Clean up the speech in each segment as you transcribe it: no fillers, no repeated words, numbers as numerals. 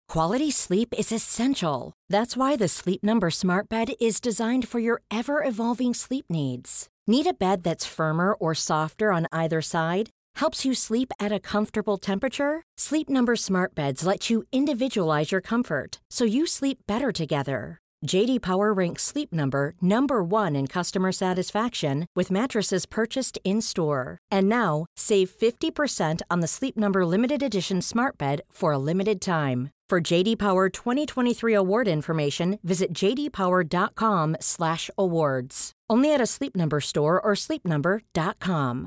Quality sleep is essential. That's why the Sleep Number Smart Bed is designed for your ever-evolving sleep needs. Need a bed that's firmer or softer on either side? Helps you sleep at a comfortable temperature? Sleep Number Smart Beds let you individualize your comfort, so you sleep better together. J.D. Power ranks Sleep Number number 1 in customer satisfaction with mattresses purchased in-store. And now, save 50% on the Sleep Number Limited Edition Smart Bed for a limited time. For J.D. Power 2023 award information, visit jdpower.com/awards. Only at a Sleep Number store or sleepnumber.com.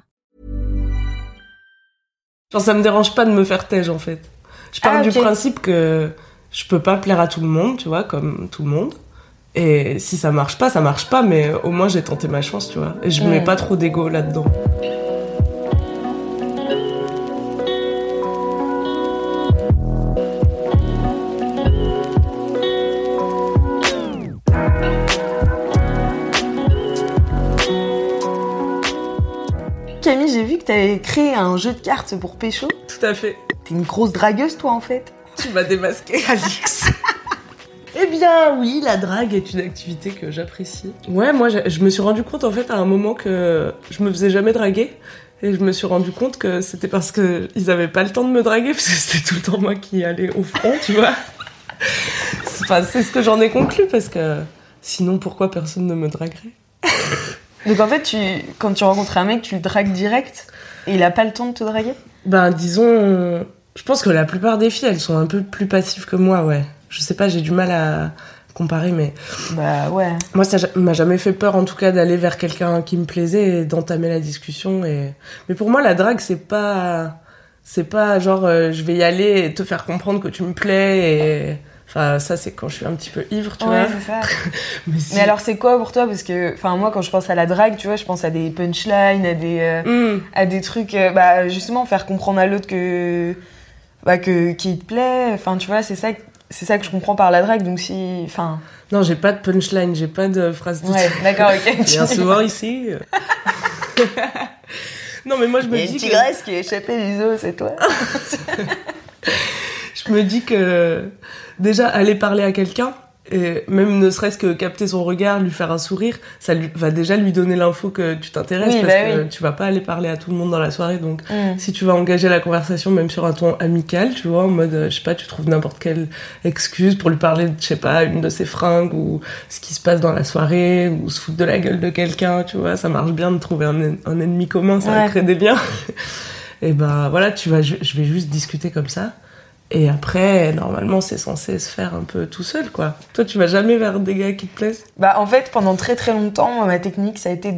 Genre, ça me dérange pas de me faire têche, en fait. Je pars du principe que je peux pas plaire à tout le monde, tu vois, comme tout le monde. Et si ça marche pas, mais au moins j'ai tenté ma chance, tu vois. Et je me mets pas trop d'ego là-dedans. Camille, j'ai vu que t'avais créé un jeu de cartes pour pécho. Tout à fait. T'es une grosse dragueuse, toi, en fait. Tu m'as démasqué, Alix. Eh bien, oui, la drague est une activité que j'apprécie. Ouais, moi, je me suis rendu compte, en fait, à un moment que je me faisais jamais draguer. Et je me suis rendu compte que c'était parce qu'ils avaient pas le temps de me draguer, parce que c'était tout le temps moi qui allais au front, tu vois. C'est ce que j'en ai conclu, parce que sinon, pourquoi personne ne me draguerait ? Donc en fait, quand tu rencontres un mec, tu le dragues direct et il a pas le temps de te draguer ? Ben, disons... Je pense que la plupart des filles, elles sont un peu plus passives que moi, ouais. Je sais pas, j'ai du mal à comparer, mais... Bah ouais. Moi, ça m'a jamais fait peur, en tout cas, d'aller vers quelqu'un qui me plaisait et d'entamer la discussion. Mais pour moi, la drague, c'est pas genre, je vais y aller et te faire comprendre que tu me plais et... Enfin, ça, c'est quand je suis un petit peu ivre, tu vois. Ouais, c'est ça. Mais alors, c'est quoi pour toi ? Parce que, moi, quand je pense à la drague, tu vois, je pense à des punchlines, à des trucs... justement, faire comprendre à l'autre qu'il te plaît. Enfin, tu vois, c'est ça que je comprends par la drague. Donc, si... Non, j'ai pas de punchline, j'ai pas de phrase de... Ouais, d'accord, ok. Bien souvent, ici... Non, mais moi, je me dis que... Il y a une tigresse qui a échappé des os, c'est toi. Je me dis que... Déjà, aller parler à quelqu'un, et même ne serait-ce que capter son regard, lui faire un sourire, ça va déjà lui donner l'info que tu t'intéresses, parce que tu vas pas aller parler à tout le monde dans la soirée. Donc, si tu vas engager la conversation, même sur un ton amical, tu vois, en mode, je sais pas, tu trouves n'importe quelle excuse pour lui parler de, je sais pas, une de ses fringues, ou ce qui se passe dans la soirée, ou se foutre de la gueule de quelqu'un, tu vois, ça marche bien de trouver un ennemi commun, ça va créer des liens. Et ben, voilà, je vais juste discuter comme ça. Et après, normalement, c'est censé se faire un peu tout seul, quoi. Toi, tu vas jamais vers des gars qui te plaisent ? Bah, en fait, pendant très très longtemps, ma technique, ça a été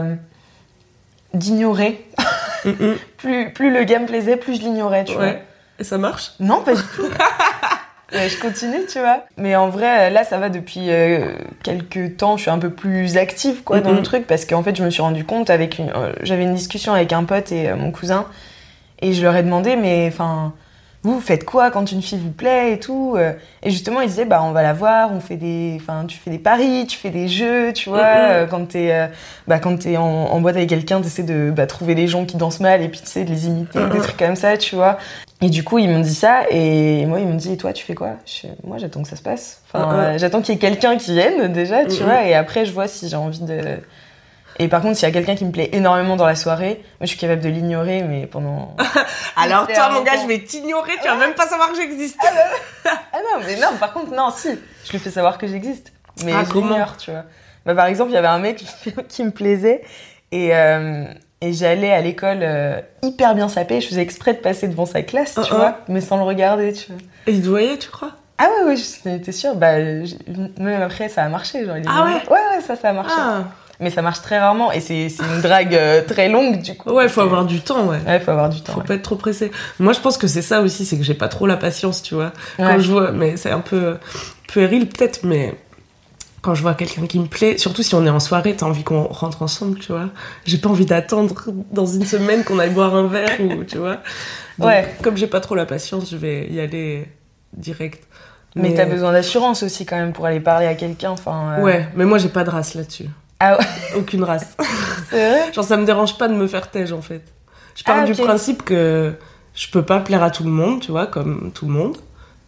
d'ignorer. Plus le gars me plaisait, plus je l'ignorais, tu vois. Et ça marche ? Non, pas du tout. Je continue, tu vois. Mais en vrai, là, ça va depuis quelques temps. Je suis un peu plus active, quoi, dans le truc. Parce qu'en fait, je me suis rendu compte j'avais une discussion avec un pote et mon cousin. Et je leur ai demandé, mais vous faites quoi quand une fille vous plaît et tout, et justement ils disaient on va la voir, tu fais des paris, tu fais des jeux, tu vois, quand t'es en boîte avec quelqu'un, t'essaies de trouver les gens qui dansent mal et puis t'essaies de les imiter, des trucs comme ça, tu vois. Et du coup ils m'ont dit ça, et moi ils m'ont dit, et toi tu fais quoi ? Moi j'attends que ça se passe, j'attends qu'il y ait quelqu'un qui vienne déjà, tu vois, et après je vois si j'ai envie de... Et par contre, s'il y a quelqu'un qui me plaît énormément dans la soirée, moi je suis capable de l'ignorer, mais pendant... Alors toi, mon gars, je vais t'ignorer, tu vas même pas savoir que j'existe. Non, par contre, non, si. Je lui fais savoir que j'existe. Mais je l'ignore, tu vois. Par exemple, il y avait un mec qui me plaisait, et j'allais à l'école hyper bien sapée, je faisais exprès de passer devant sa classe, tu vois, mais sans le regarder, tu vois. Et il te voyait, tu crois ? Ah ouais, j'étais sûre. Même après, ça a marché. Genre, ouais, ça a marché. Mais ça marche très rarement, et c'est une drague très longue, du coup. Ouais, faut avoir du temps, Ouais, faut avoir du temps. Faut pas être trop pressé. Moi, je pense que c'est ça aussi, c'est que j'ai pas trop la patience, tu vois. Quand je vois, mais c'est un peu puéril peut-être, mais quand je vois quelqu'un qui me plaît, surtout si on est en soirée, t'as envie qu'on rentre ensemble, tu vois. J'ai pas envie d'attendre dans une semaine qu'on aille boire un verre, ou, tu vois. Donc, comme j'ai pas trop la patience, je vais y aller direct. Mais t'as besoin d'assurance aussi, quand même, pour aller parler à quelqu'un, Ouais, mais moi, j'ai pas de race là-dessus. Ah ouais. Aucune race. C'est vrai ? Genre, ça me dérange pas de me faire têche, en fait. Je pars du principe que je peux pas plaire à tout le monde, tu vois, comme tout le monde.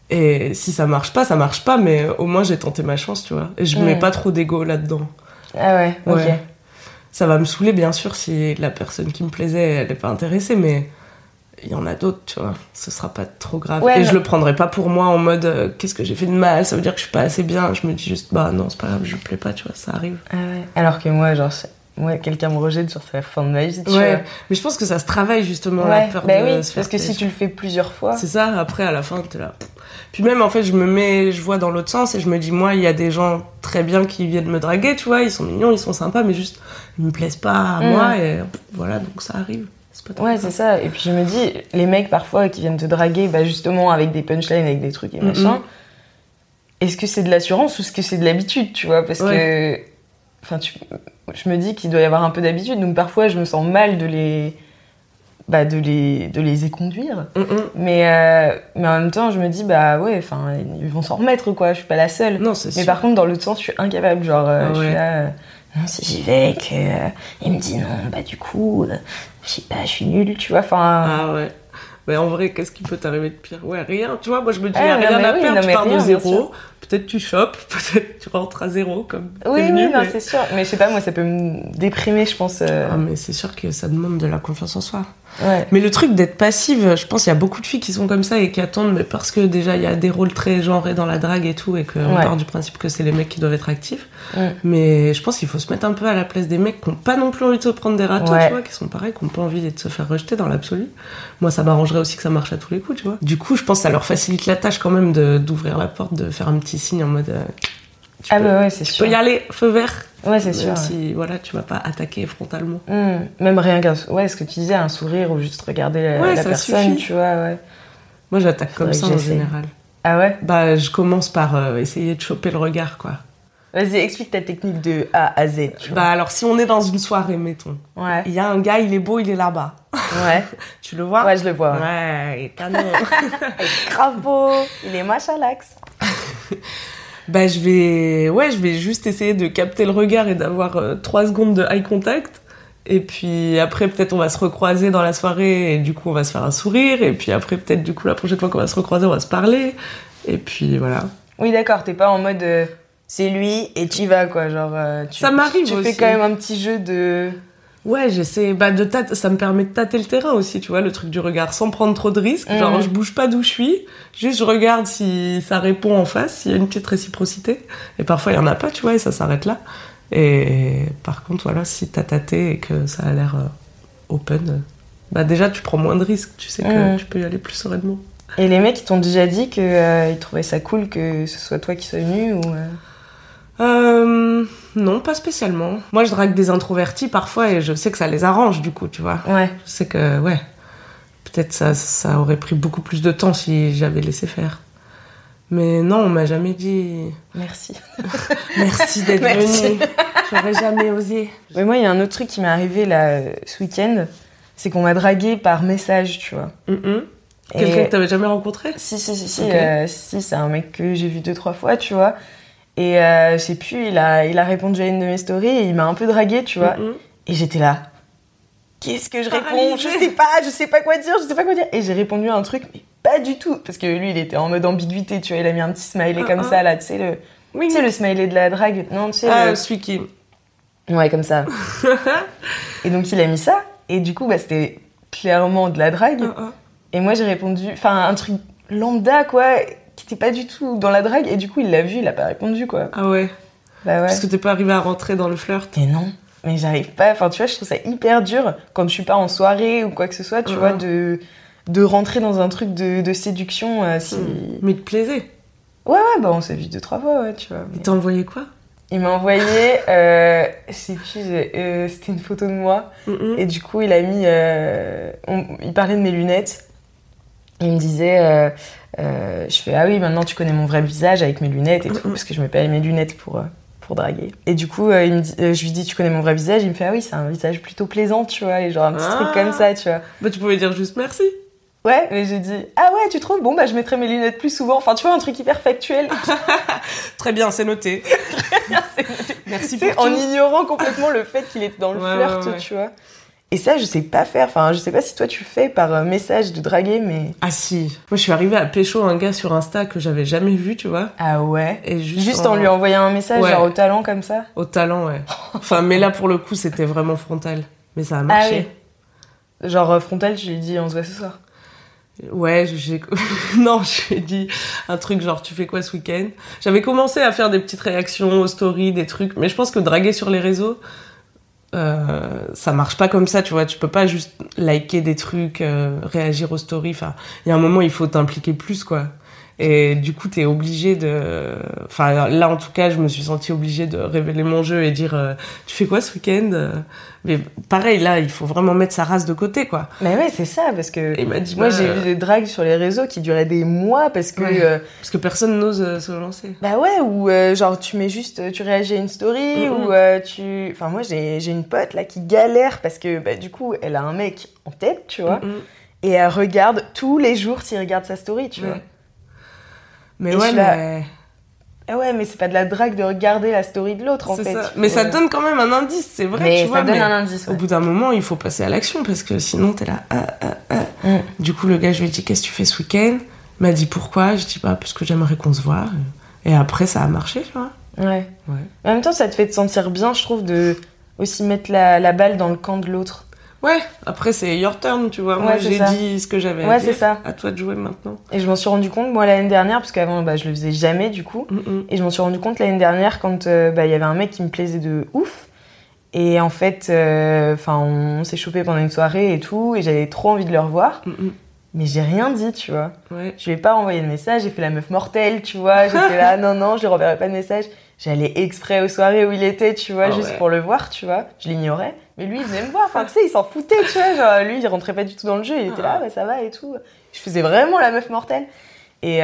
Et si ça marche pas, mais au moins j'ai tenté ma chance, tu vois. Et je mets pas trop d'ego là-dedans. Ah ouais, ok. Ça va me saouler, bien sûr, si la personne qui me plaisait, elle est pas intéressée, mais il y en a d'autres, tu vois. Ce sera pas trop grave. Et je le prendrai pas pour moi en mode qu'est-ce que j'ai fait de mal, ça veut dire que je suis pas assez bien. Je me dis juste, bah non, c'est pas grave, je me plais pas, tu vois, ça arrive. Ah ouais. Alors que moi, genre, quelqu'un me rejette, genre, c'est la fin de ma vie, tu vois. Mais je pense que ça se travaille, justement, la peur de se faire parce que si tu le fais plusieurs fois... C'est ça, après, à la fin, t'es là... Puis même, en fait, je vois dans l'autre sens et je me dis, moi, il y a des gens très bien qui viennent me draguer, tu vois, ils sont mignons, ils sont sympas, mais juste, ils me plaisent pas à moi et voilà, donc ça arrive. C'est ça. Et puis je me dis, les mecs, parfois, qui viennent te draguer, bah, justement, avec des punchlines, avec des trucs et machin, est-ce que c'est de l'assurance ou est-ce que c'est de l'habitude, tu vois? Parce que... Enfin, je me dis qu'il doit y avoir un peu d'habitude, donc parfois, je me sens mal de les éconduire. Mais en même temps, je me dis, bah ouais, enfin, ils vont s'en remettre, quoi. Je suis pas la seule. Non, c'est sûr. Mais par contre, dans l'autre sens, je suis incapable. Genre, je suis là, non, si j'y vais, il me dit non, bah du coup, je sais pas, je suis nulle, tu vois. Enfin. Ah ouais. Mais en vrai, qu'est-ce qui peut t'arriver de pire? Ouais, rien. Tu vois, moi, je me dis, y a rien à perdre. Tu pars de zéro. Peut-être tu chopes, peut-être tu rentres à zéro, comme t'es venu. Non, c'est sûr. Mais je sais pas, moi, ça peut me déprimer, je pense. Ah, mais c'est sûr que ça demande de la confiance en soi. Ouais. Mais le truc d'être passive, je pense qu'il y a beaucoup de filles qui sont comme ça et qui attendent, mais parce que déjà, il y a des rôles très genrés dans la drague et tout, et qu'on part du principe que c'est les mecs qui doivent être actifs. Mais je pense qu'il faut se mettre un peu à la place des mecs qui n'ont pas non plus envie de se prendre des râteaux, tu vois, qui sont pareils, qui n'ont pas envie de se faire rejeter dans l'absolu. Moi, ça m'arrangerait aussi que ça marche à tous les coups, tu vois. Du coup, je pense que ça leur facilite la tâche quand même d'ouvrir la porte, de faire un petit signe en mode... c'est sûr. Tu peux y aller, feu vert. Ouais, c'est sûr. Même si, voilà, tu vas pas attaquer frontalement. Même rien qu'un... Ouais, ce que tu disais, un sourire ou juste regarder la personne, tu vois, Moi, j'attaque comme ça en général. Ah ouais? Bah, je commence par essayer de choper le regard, quoi. Vas-y, explique ta technique de A à Z, tu vois. Bah, alors, si on est dans une soirée, mettons. Ouais. Il y a un gars, il est beau, il est là-bas. Ouais. Tu le vois? Ouais, je le vois. Ouais, il est canon. Il est grave beau. Il est machalax. Bah, je vais juste essayer de capter le regard et d'avoir 3 secondes de eye contact. Et puis après, peut-être on va se recroiser dans la soirée et du coup, on va se faire un sourire. Et puis après, peut-être du coup, la prochaine fois qu'on va se recroiser, on va se parler. Et puis voilà. Oui, d'accord, t'es pas en mode c'est lui et t'y vas, quoi. Genre, ça m'arrive aussi. Tu fais quand même un petit jeu de... Ouais, j'essaie ça me permet de tâter le terrain aussi, tu vois, le truc du regard, sans prendre trop de risques. Genre, je bouge pas d'où je suis, juste je regarde si ça répond en face, s'il y a une petite réciprocité. Et parfois, il y en a pas, tu vois, et ça s'arrête là. Et par contre, voilà, si t'as tâté et que ça a l'air open, bah déjà, tu prends moins de risques, tu sais que tu peux y aller plus sereinement. Et les mecs, ils t'ont déjà dit qu'ils trouvaient ça cool que ce soit toi qui sois venu ou... Non, pas spécialement. Moi, je drague des introvertis parfois et je sais que ça les arrange, du coup, tu vois. Ouais. Je sais que, peut-être ça aurait pris beaucoup plus de temps si j'avais laissé faire. Mais non, on m'a jamais dit... Merci. Merci d'être venue. J'aurais jamais osé. Mais moi, il y a un autre truc qui m'est arrivé là, ce week-end, c'est qu'on m'a dragué par message, tu vois. Quelqu'un que t'avais jamais rencontré? Si. Okay. Si, c'est un mec que j'ai vu 2-3 fois, tu vois. Et je sais plus, il a répondu à une de mes stories et il m'a un peu draguée, tu vois. Et j'étais là. Qu'est-ce que je réponds? Je sais pas quoi dire. Et j'ai répondu à un truc, mais pas du tout. Parce que lui, il était en mode ambiguïté, tu vois. Il a mis un petit smiley comme ça, là. Tu sais, le smiley de la drague. Non, tu sais. Celui qui... Ouais, comme ça. Et donc, il a mis ça. Et du coup, bah, c'était clairement de la drague. Et moi, j'ai répondu... Enfin, un truc lambda, quoi... qui était pas du tout dans la drague, et du coup il l'a vu, il a pas répondu, quoi. Ah ouais? Bah ouais. Parce que t'es pas arrivé à rentrer dans le flirt? Mais non, mais j'arrive pas, enfin tu vois, je trouve ça hyper dur quand je suis pas en soirée ou quoi que ce soit, tu vois, de rentrer dans un truc de séduction si... Mais il te plaisait? Ouais, bah on s'est vu 2-3 fois, ouais, tu vois. Il t'a envoyé quoi? Il m'a envoyé, je sais plus, c'était une photo de moi, et du coup il a mis, il parlait de mes lunettes, il me disait, je fais ah oui, maintenant tu connais mon vrai visage avec mes lunettes et tout, parce que je mets pas mes lunettes pour draguer. Et du coup, je lui dis tu connais mon vrai visage, il me fait ah oui, c'est un visage plutôt plaisant, tu vois, et genre un petit truc comme ça, tu vois. Bah tu pouvais dire juste merci. Ouais, mais j'ai dit ah ouais, tu trouves? Bon bah je mettrai mes lunettes plus souvent. Enfin tu vois, un truc hyper factuel. Très bien, c'est noté. Très bien, c'est noté. Merci pour tout. En ignorant complètement le fait qu'il était dans le flirt, tu vois. Et ça, je sais pas faire. Enfin, je sais pas si toi, tu fais par message de draguer, mais... Ah si. Moi, je suis arrivée à pécho un gars sur Insta que j'avais jamais vu, tu vois. Ah ouais. Et juste en lui envoyant un message, genre au talent, comme ça. Au talent, ouais. Enfin, mais là, pour le coup, c'était vraiment frontal. Mais ça a marché. Ah oui. Genre frontal, tu lui dis, on se voit ce soir. Ouais, non, je lui ai dit un truc genre, tu fais quoi ce week-end? J'avais commencé à faire des petites réactions aux stories, des trucs, mais je pense que draguer sur les réseaux, ça marche pas comme ça, tu vois. Tu peux pas juste liker des trucs, réagir aux stories. Enfin, il y a un moment, il faut t'impliquer plus, quoi. Et du coup, t'es obligé de... Enfin, là, en tout cas, je me suis sentie obligée de révéler mon jeu et dire tu fais quoi ce week-end? Mais pareil, là, il faut vraiment mettre sa race de côté, quoi. Mais ouais, c'est ça, parce que... Et il m'a dit, moi, j'ai vu des dragues sur les réseaux qui duraient des mois, parce que... parce que personne n'ose se lancer. Bah ouais, ou genre, tu mets juste... Tu réagis à une story, ou tu... Enfin, moi, j'ai une pote, là, qui galère, parce que, bah, du coup, elle a un mec en tête, tu vois, et elle regarde tous les jours s'il regarde sa story, tu vois. Mais ouais, mais... Ah ouais, mais c'est pas de la drague de regarder la story de l'autre, en fait. Ça. Mais ça donne quand même un indice, c'est vrai, mais tu vois. Ça donne un indice, ouais. Au bout d'un moment, il faut passer à l'action, parce que sinon, t'es là... Du coup, le gars, je lui ai dit, qu'est-ce que tu fais ce week-end? Il m'a dit, pourquoi? Je dis, bah, parce que j'aimerais qu'on se voit. Et après, ça a marché, tu vois. Ouais. En même temps, ça te fait te sentir bien, je trouve, de aussi mettre la balle dans le camp de l'autre. Ouais, après c'est your turn, tu vois. Moi j'ai dit ce que j'avais à dire. C'est ça. À toi de jouer maintenant. Et je m'en suis rendu compte, moi, l'année dernière, parce qu'avant, je le faisais jamais, du coup. Et je m'en suis rendu compte l'année dernière quand il y avait un mec qui me plaisait de ouf. Et en fait, on s'est chopé pendant une soirée et tout, et j'avais trop envie de le revoir. Mais j'ai rien dit, tu vois. Ouais. Je lui ai pas renvoyé de message, j'ai fait la meuf mortelle, tu vois. J'étais là, non, je lui renverrai pas de message. J'allais exprès aux soirées où il était, tu vois, juste pour le voir, tu vois. Je l'ignorais. Mais lui, il venait me voir. Enfin, tu sais, il s'en foutait, tu vois. Genre, lui, il rentrait pas du tout dans le jeu. Il était là, ça va et tout. Je faisais vraiment la meuf mortelle. Et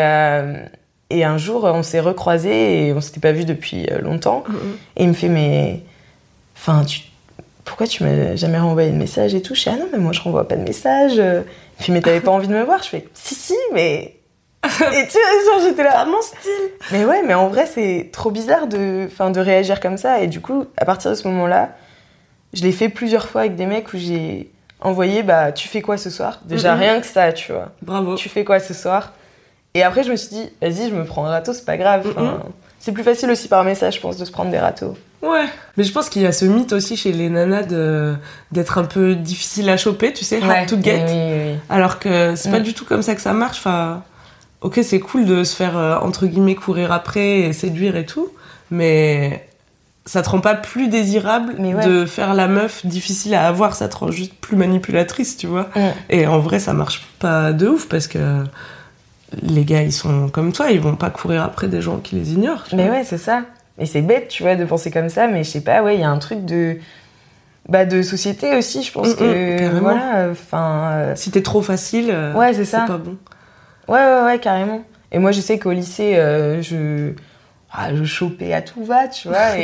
un jour, on s'est recroisés et on s'était pas vus depuis longtemps. Et il me fait, mais... Enfin, pourquoi tu m'as jamais renvoyé de message et tout? Je dis, ah non, mais moi, je renvoie pas de message. Il me fait, mais t'avais pas envie de me voir? Je fais, si, mais... Et tu vois, genre, j'étais là, pas mon style. Mais ouais, mais en vrai, c'est trop bizarre de réagir comme ça. Et du coup, à partir de ce moment-là, je l'ai fait plusieurs fois avec des mecs où j'ai envoyé, tu fais quoi ce soir? Déjà, rien que ça, tu vois. Bravo. Tu fais quoi ce soir? Et après, je me suis dit, vas-y, je me prends un râteau, c'est pas grave. C'est plus facile aussi par message, je pense, de se prendre des râteaux. Ouais, mais je pense qu'il y a ce mythe aussi chez les nanas d'être un peu difficile à choper, tu sais, hard to get. Oui. Alors que c'est pas du tout comme ça que ça marche. Enfin, ok, c'est cool de se faire, entre guillemets, courir après et séduire et tout, mais ça te rend pas plus désirable de faire la meuf difficile à avoir, ça te rend juste plus manipulatrice, tu vois. Et en vrai, ça marche pas de ouf, parce que les gars, ils sont comme toi, ils vont pas courir après des gens qui les ignorent. Mais ouais, c'est ça. Et c'est bête, tu vois, de penser comme ça, mais je sais pas, il y a un truc de société aussi, je pense que... Carrément. Voilà, si t'es trop facile, c'est pas bon. Ouais, carrément. Et moi, je sais qu'au lycée, je chopais à tout va, tu vois,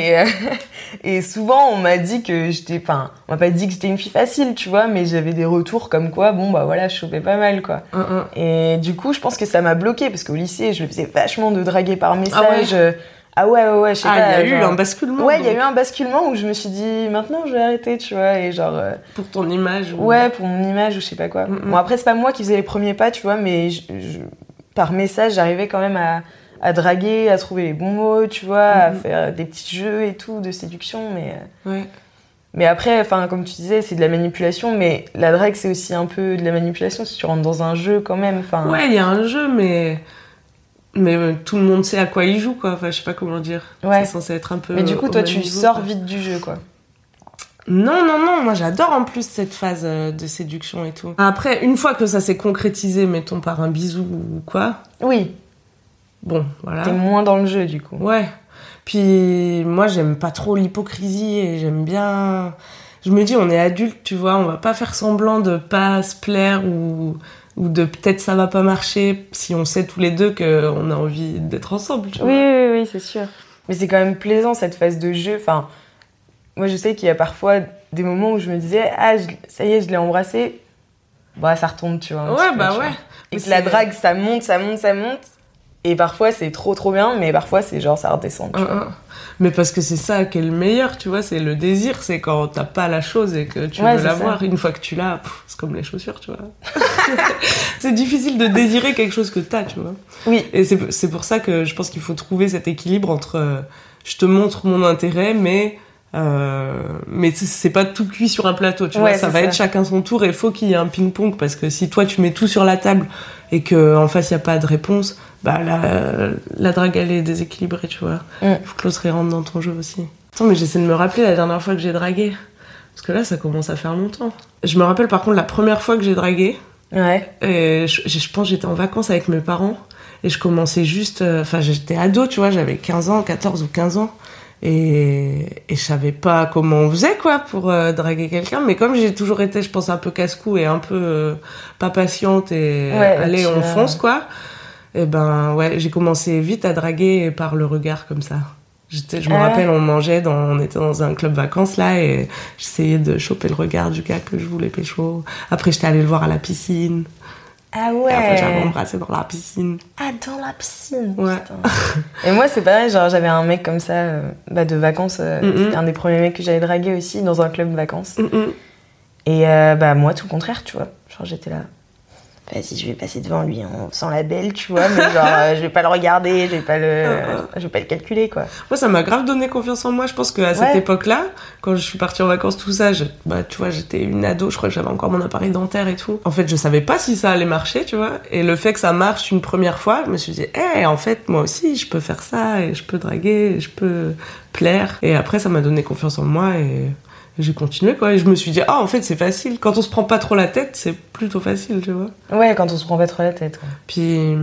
et souvent, on m'a dit que j'étais... Enfin, on m'a pas dit que j'étais une fille facile, tu vois, mais j'avais des retours comme quoi, voilà, je chopais pas mal, quoi. Et du coup, je pense que ça m'a bloquée, parce qu'au lycée, je le faisais vachement de draguer par message... Ah ouais, je sais pas. Il y a eu un basculement. Ouais, il y a eu un basculement où je me suis dit, maintenant, je vais arrêter, tu vois, et genre... Pour ton image Ouais, pour mon image ou je sais pas quoi. Bon, après, c'est pas moi qui faisais les premiers pas, tu vois, mais par message, j'arrivais quand même à draguer, à trouver les bons mots, tu vois, à faire des petits jeux et tout, de séduction, mais... Mais après, comme tu disais, c'est de la manipulation, mais la drague, c'est aussi un peu de la manipulation si tu rentres dans un jeu quand même, Ouais, il y a un jeu, mais tout le monde sait à quoi il joue, quoi. Enfin, je sais pas comment dire. Ouais. C'est censé être un peu... Mais du coup, toi, tu sors vite du jeu, quoi. Non, moi j'adore en plus cette phase de séduction et tout. Après, une fois que ça s'est concrétisé, mettons par un bisou ou quoi... Oui. Bon, voilà. T'es moins dans le jeu, du coup. Ouais. Puis moi, j'aime pas trop l'hypocrisie et j'aime bien... Je me dis, on est adulte, tu vois, on va pas faire semblant de pas se plaire ou de peut-être ça va pas marcher si on sait tous les deux qu'on a envie d'être ensemble, tu vois. Oui, c'est sûr. Mais c'est quand même plaisant, cette phase de jeu. Enfin, moi, je sais qu'il y a parfois des moments où je me disais, ça y est, je l'ai embrassé. Ça retombe, tu vois. Ouais. Et que la drague, ça monte. Et parfois, c'est trop bien, mais parfois, c'est genre, ça redescend, tu vois. Mais parce que c'est ça qui est le meilleur, tu vois, c'est le désir, c'est quand t'as pas la chose et que tu veux l'avoir. Une fois que tu l'as, c'est comme les chaussures, tu vois. C'est difficile de désirer quelque chose que t'as, tu vois. Oui. Et c'est pour ça que je pense qu'il faut trouver cet équilibre entre je te montre mon intérêt, mais c'est pas tout cuit sur un plateau, tu vois. Ça va être chacun son tour et il faut qu'il y ait un ping-pong, parce que si toi tu mets tout sur la table et qu'en face il y a pas de réponse, bah la drague elle est déséquilibrée, tu vois. Faut que l'autre rentre dans ton jeu aussi. Attends, mais j'essaie de me rappeler la dernière fois que j'ai dragué, parce que là ça commence à faire longtemps. Je me rappelle par contre la première fois que j'ai dragué. Et je pense que j'étais en vacances avec mes parents et je commençais juste, j'étais ado, tu vois, j'avais 14 ou 15 ans. Et je savais pas comment on faisait, quoi, pour draguer quelqu'un. Mais comme j'ai toujours été, je pense, un peu casse-cou et un peu pas patiente et allez, on fonce, quoi. Et j'ai commencé vite à draguer par le regard, comme ça. Je me rappelle, on était dans un club vacances, là, et j'essayais de choper le regard du gars que je voulais pécho. Après, j'étais allée le voir à la piscine. Ah ouais. Et après, j'avais embrassé dans la piscine. Ah, dans la piscine. Ouais. Et moi, c'est pareil, genre, j'avais un mec comme ça, de vacances. C'était un des premiers mecs que j'avais dragué aussi dans un club de vacances. Et moi, tout le contraire, tu vois. Genre, j'étais là. Vas-y, je vais passer devant lui en faisant la belle, tu vois, mais genre, je vais pas le regarder, je vais pas le calculer, quoi. Moi, ça m'a grave donné confiance en moi. Je pense qu'à cette époque-là, quand je suis partie en vacances, tout ça, tu vois, j'étais une ado, je crois que j'avais encore mon appareil dentaire et tout. En fait, je savais pas si ça allait marcher, tu vois. Et le fait que ça marche une première fois, je me suis dit, en fait, moi aussi, je peux faire ça, et je peux draguer, et je peux plaire. Et après, ça m'a donné confiance en moi, et j'ai continué, quoi, et je me suis dit, en fait, c'est facile. Quand on se prend pas trop la tête, c'est plutôt facile, tu vois. Ouais, quand on se prend pas trop la tête, quoi. Puis,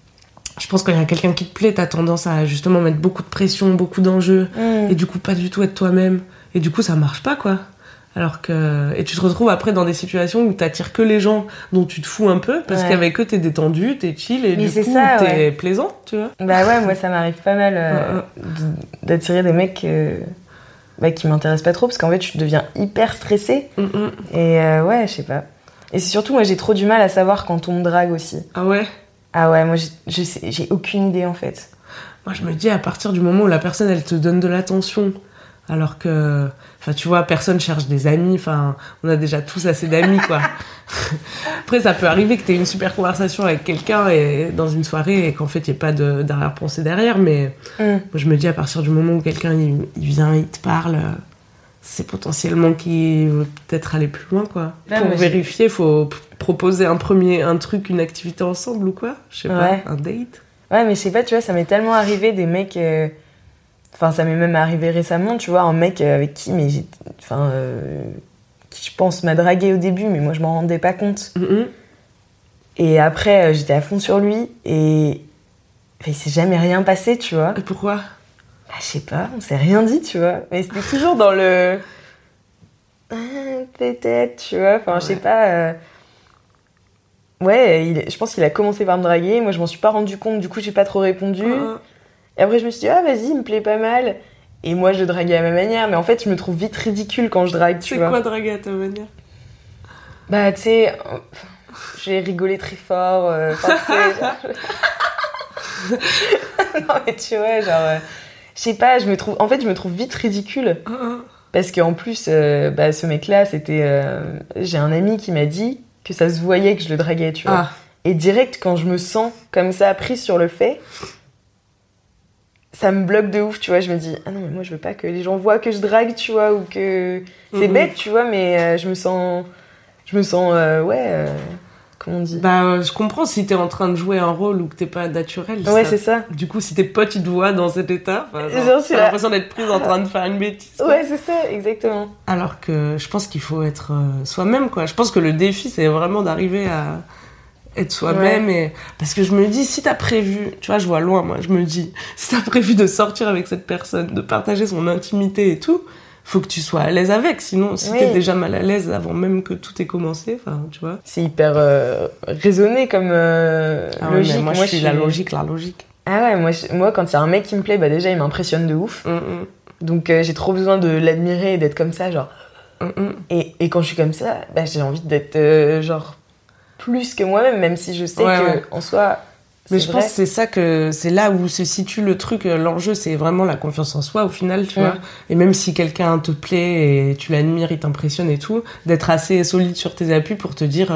je pense qu'il y a quelqu'un qui te plaît, t'as tendance à justement mettre beaucoup de pression, beaucoup d'enjeux, et du coup, pas du tout être toi-même. Et du coup, ça marche pas, quoi. Alors que... Et tu te retrouves après dans des situations où t'attires que les gens dont tu te fous un peu, parce qu'avec eux, t'es détendu, t'es chill, et du coup, t'es plaisant, tu vois. Bah ouais, moi, ça m'arrive pas mal d'attirer des mecs... qui m'intéresse pas trop, parce qu'en fait je deviens hyper stressée. Et je sais pas. Et c'est surtout, moi j'ai trop du mal à savoir quand on me drague aussi. Ah ouais? Ah ouais, moi j'ai aucune idée en fait. Moi je me dis, à partir du moment où la personne elle te donne de l'attention, alors que, tu vois, personne cherche des amis, on a déjà tous assez d'amis, quoi. Après, ça peut arriver que t'aies une super conversation avec quelqu'un et dans une soirée et qu'en fait, il n'y ait pas d'arrière-pensée derrière, mais moi, je me dis, à partir du moment où quelqu'un, il vient, il te parle, c'est potentiellement qu'il veut peut-être aller plus loin, quoi. Pour vérifier, il faut proposer un truc, une activité ensemble ou quoi. Je sais pas, un date. Ouais, mais je sais pas, tu vois, ça m'est tellement arrivé des mecs... ça m'est même arrivé récemment, tu vois, un mec avec qui, qui je pense m'a dragué au début, mais moi je m'en rendais pas compte. Et après, j'étais à fond sur lui et il s'est jamais rien passé, tu vois. Et pourquoi? Je sais pas, on s'est rien dit, tu vois. Mais c'était toujours dans le... peut-être, tu vois, je sais pas... je pense qu'il a commencé par me draguer, moi je m'en suis pas rendu compte, du coup j'ai pas trop répondu. Et après, je me suis dit, vas-y, il me plaît pas mal. Et moi, je draguais à ma manière. Mais en fait, je me trouve vite ridicule quand je drague, tu vois. C'est quoi draguer à ta manière? Tu sais, je vais rigoler très fort. Non, mais tu vois, genre... je sais pas, je me trouve vite ridicule. Parce qu'en plus, ce mec-là, c'était... j'ai un ami qui m'a dit que ça se voyait que je le draguais, tu vois. Et direct, quand je me sens comme ça, prise sur le fait... ça me bloque de ouf, tu vois, je me dis ah non mais moi je veux pas que les gens voient que je drague, tu vois, ou que c'est bête, tu vois, mais je me sens comment on dit, je comprends si t'es en train de jouer un rôle ou que t'es pas naturel. C'est ça. Du coup, si tes potes ils te voient dans cet état, t'as l'impression d'être prise en train de faire une bêtise, quoi. Ouais, c'est ça, exactement. Alors que je pense qu'il faut être soi-même, quoi. Je pense que le défi c'est vraiment d'arriver à être soi-même, et parce que je me dis, si t'as prévu, tu vois, je vois loin, moi, je me dis, si t'as prévu de sortir avec cette personne, de partager son intimité et tout, faut que tu sois à l'aise avec, sinon, si t'es déjà mal à l'aise avant même que tout ait commencé, tu vois. C'est hyper raisonné comme logique. Moi, je suis la logique. Ah ouais, moi quand il y a un mec qui me plaît, déjà, il m'impressionne de ouf. Donc, j'ai trop besoin de l'admirer et d'être comme ça, genre. Et quand je suis comme ça, j'ai envie d'être, genre... plus que moi-même, même si je sais que en soi Mais je pense que c'est là où se situe le truc, l'enjeu, c'est vraiment la confiance en soi au final, tu vois. Et même si quelqu'un te plaît et tu l'admires, il t'impressionne et tout, d'être assez solide sur tes appuis pour te dire,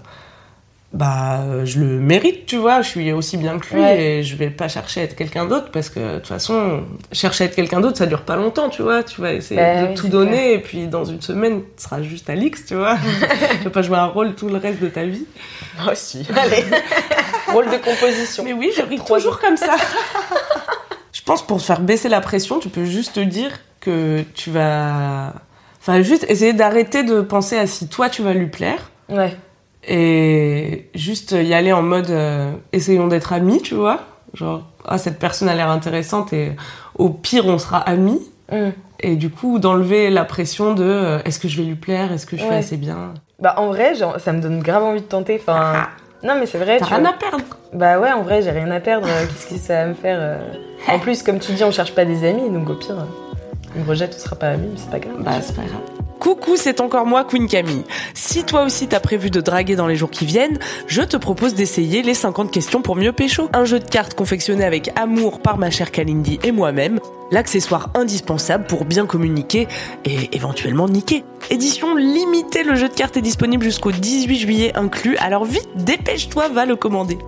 je le mérite, tu vois, je suis aussi bien que lui et je vais pas chercher à être quelqu'un d'autre parce que de toute façon, chercher à être quelqu'un d'autre, ça dure pas longtemps, tu vois. Tu vas essayer de tout donner clair. Et puis dans une semaine, tu seras juste Alix, tu vois. Tu vas pas jouer un rôle tout le reste de ta vie. Moi aussi. Allez. Rôle de composition. Mais oui, je ris toujours comme ça. Je pense pour faire baisser la pression, tu peux juste te dire que tu vas... Enfin, juste essayer d'arrêter de penser à si toi, tu vas lui plaire. Ouais. Et juste y aller en mode essayons d'être amis, tu vois. Genre, cette personne a l'air intéressante et au pire, on sera amis. Et du coup, d'enlever la pression de est-ce que je vais lui plaire, est-ce que je suis assez bien. En vrai, ça me donne grave envie de tenter. Enfin, non, mais c'est vrai. T'as rien à perdre. Bah ouais, en vrai, j'ai rien à perdre. Qu'est-ce que ça va me faire En plus, comme tu dis, on cherche pas des amis, donc au pire, on me rejette, on sera pas amis, mais c'est pas grave. Bah, c'est pas grave. Coucou, c'est encore moi, Queen Camille. Si toi aussi t'as prévu de draguer dans les jours qui viennent, je te propose d'essayer les 50 questions pour mieux pécho. Un jeu de cartes confectionné avec amour par ma chère Kalindi et moi-même. L'accessoire indispensable pour bien communiquer et éventuellement niquer. Édition limitée, le jeu de cartes est disponible jusqu'au 18 juillet inclus, alors vite, dépêche-toi, va le commander.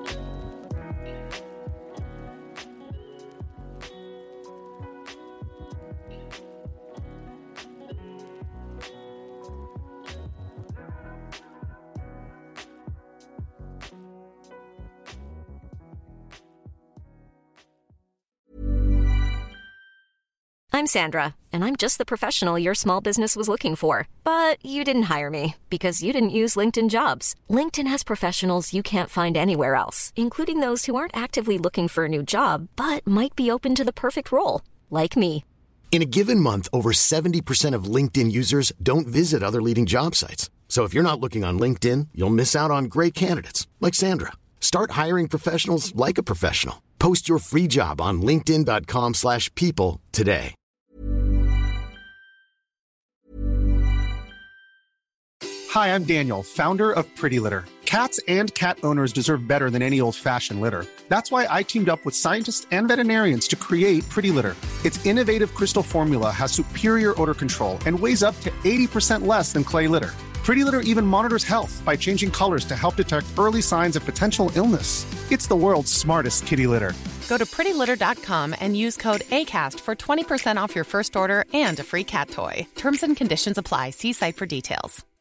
I'm Sandra, and I'm just the professional your small business was looking for. But you didn't hire me because you didn't use LinkedIn Jobs. LinkedIn has professionals you can't find anywhere else, including those who aren't actively looking for a new job, but might be open to the perfect role, like me. In a given month, over 70% of LinkedIn users don't visit other leading job sites. So if you're not looking on LinkedIn, you'll miss out on great candidates like Sandra. Start hiring professionals like a professional. Post your free job on linkedin.com/people today. Hi, I'm Daniel, founder of Pretty Litter. Cats and cat owners deserve better than any old-fashioned litter. That's why I teamed up with scientists and veterinarians to create Pretty Litter. Its innovative crystal formula has superior odor control and weighs up to 80% less than clay litter. Pretty Litter even monitors health by changing colors to help detect early signs of potential illness. It's the world's smartest kitty litter. Go to prettylitter.com and use code ACAST for 20% off your first order and a free cat toy. Terms and conditions apply. See site for details.